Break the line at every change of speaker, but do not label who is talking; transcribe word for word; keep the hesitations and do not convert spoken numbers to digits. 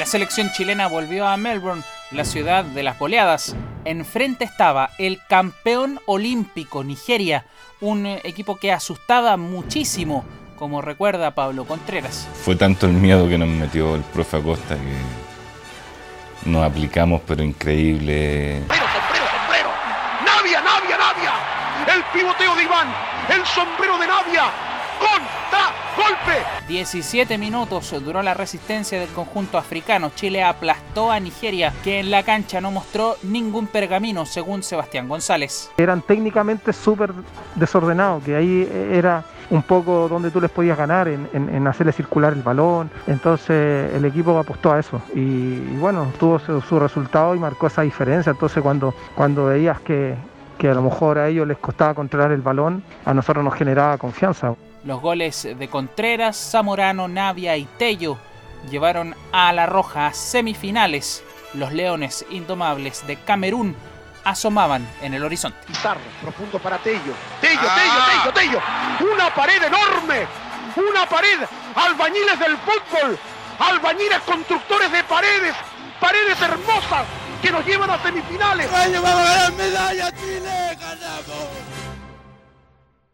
selección chilena volvió a Melbourne, la ciudad de las goleadas. Enfrente estaba el campeón olímpico Nigeria, un equipo que asustaba muchísimo, como recuerda Pablo Contreras.
Fue tanto el miedo que nos metió el profe Acosta que nos aplicamos, pero increíble.
¡Sombrero, sombrero, sombrero! ¡Navia, Navia, Navia! El pivoteo de Iván, el sombrero de Navia, contra golpe.
diecisiete minutos duró la resistencia del conjunto africano. Chile aplastó a Nigeria, que en la cancha no mostró ningún pergamino, según Sebastián González.
Eran técnicamente súper desordenados, que ahí era un poco donde tú les podías ganar, en, en, en hacerle circular el balón. Entonces el equipo apostó a eso y, y bueno, tuvo su, su resultado y marcó esa diferencia. Entonces cuando, cuando veías que, que a lo mejor a ellos les costaba controlar el balón, a nosotros nos generaba confianza.
Los goles de Contreras, Zamorano, Navia y Tello llevaron a La Roja a semifinales. Los Leones Indomables de Camerún asomaban en el horizonte.
Pizarro, profundo para Tello. Tello, ah. Tello, Tello, Tello. Una pared enorme. Una pared. Albañiles del fútbol. Albañiles constructores de paredes. Paredes hermosas que nos llevan a semifinales.
¡Vamos a ganar medalla, Chile! ¡Ganamos!